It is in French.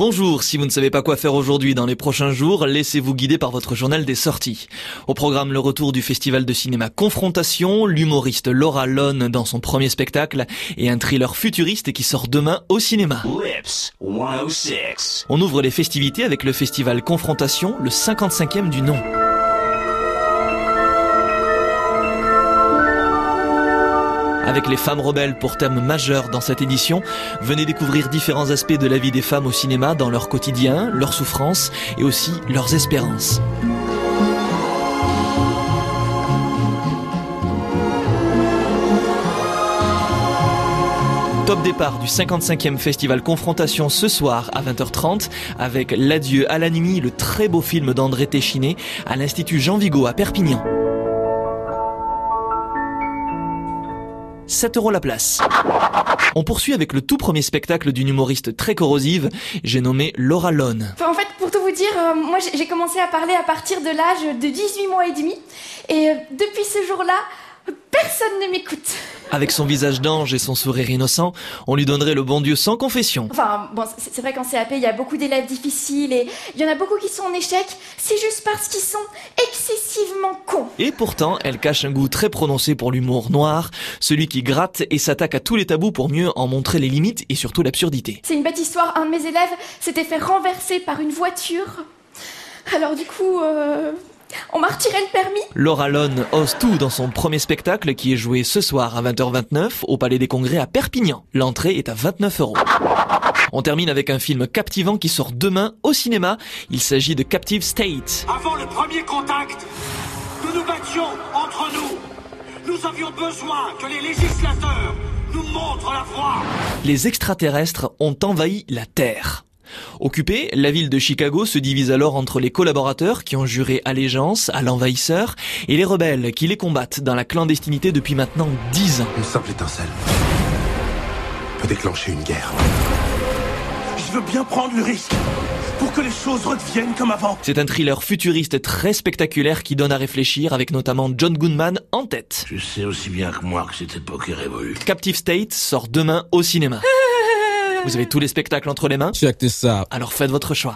Bonjour, si vous ne savez pas quoi faire aujourd'hui dans les prochains jours, laissez-vous guider par votre journal des sorties. Au programme, le retour du festival de cinéma Confrontation, l'humoriste Laura Lone dans son premier spectacle et un thriller futuriste qui sort demain au cinéma. Lips 106. On ouvre les festivités avec le festival Confrontation, le 55e du nom. Avec les femmes rebelles pour thème majeur dans cette édition, venez découvrir différents aspects de la vie des femmes au cinéma dans leur quotidien, leurs souffrances et aussi leurs espérances. Top départ du 55e festival Confrontation ce soir à 20h30 avec L'adieu à l'anémie, le très beau film d'André Téchiné à l'Institut Jean Vigo à Perpignan. 7 € la place. On poursuit avec le tout premier spectacle d'une humoriste très corrosive, j'ai nommé Laura Lone. En fait, pour tout vous dire, moi j'ai commencé à parler à partir de l'âge de 18 mois et demi. Et depuis ce jour-là, personne ne m'écoute. Avec son visage d'ange et son sourire innocent, on lui donnerait le bon Dieu sans confession. Enfin, bon, c'est vrai qu'en CAP, il y a beaucoup d'élèves difficiles et il y en a beaucoup qui sont en échec. C'est juste parce qu'ils sont excessivement cons. Et pourtant, elle cache un goût très prononcé pour l'humour noir, celui qui gratte et s'attaque à tous les tabous pour mieux en montrer les limites et surtout l'absurdité. C'est une bête histoire, un de mes élèves s'était fait renverser par une voiture. Alors du coup... on m'a retiré le permis. Laura Lone ose tout dans son premier spectacle qui est joué ce soir à 20h29 au Palais des Congrès à Perpignan. L'entrée est à 29 €. On termine avec un film captivant qui sort demain au cinéma. Il s'agit de Captive State. Avant le premier contact, nous nous battions entre nous. Nous avions besoin que les législateurs nous montrent la voie. Les extraterrestres ont envahi la Terre. Occupée, la ville de Chicago se divise alors entre les collaborateurs qui ont juré allégeance à l'envahisseur et les rebelles qui les combattent dans la clandestinité depuis maintenant 10 ans. Une simple étincelle peut déclencher une guerre. Je veux bien prendre le risque pour que les choses redeviennent comme avant. C'est un thriller futuriste très spectaculaire qui donne à réfléchir avec notamment John Goodman en tête. Tu sais aussi bien que moi que cette époque est révolue. Captive State sort demain au cinéma. Vous avez tous les spectacles entre les mains? Check this out. Alors faites votre choix.